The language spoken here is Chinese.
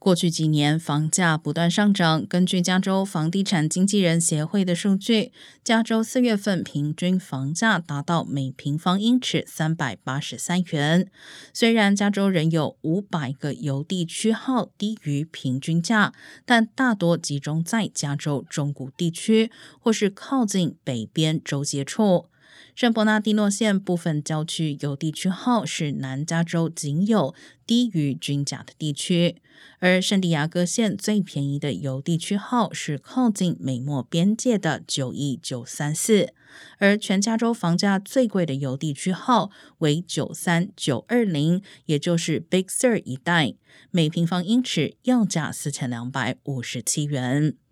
过去几年房价不断上涨，根据加州房地产经纪人协会的数据，加州4月份平均房价达到每平方英尺383元。虽然加州仍有500个邮递区号低于平均价，但大多集中在加州中部地区或是靠近北边州界处。圣伯纳蒂诺县部分郊区邮递区号是南加州仅有低于均价的地区，而圣地亚哥县最便宜的邮递区号是靠近美墨边界的91934，而全加州房价最贵的邮递区号为93920，也就是 Big Sur 一带，每平方英尺要价4257元。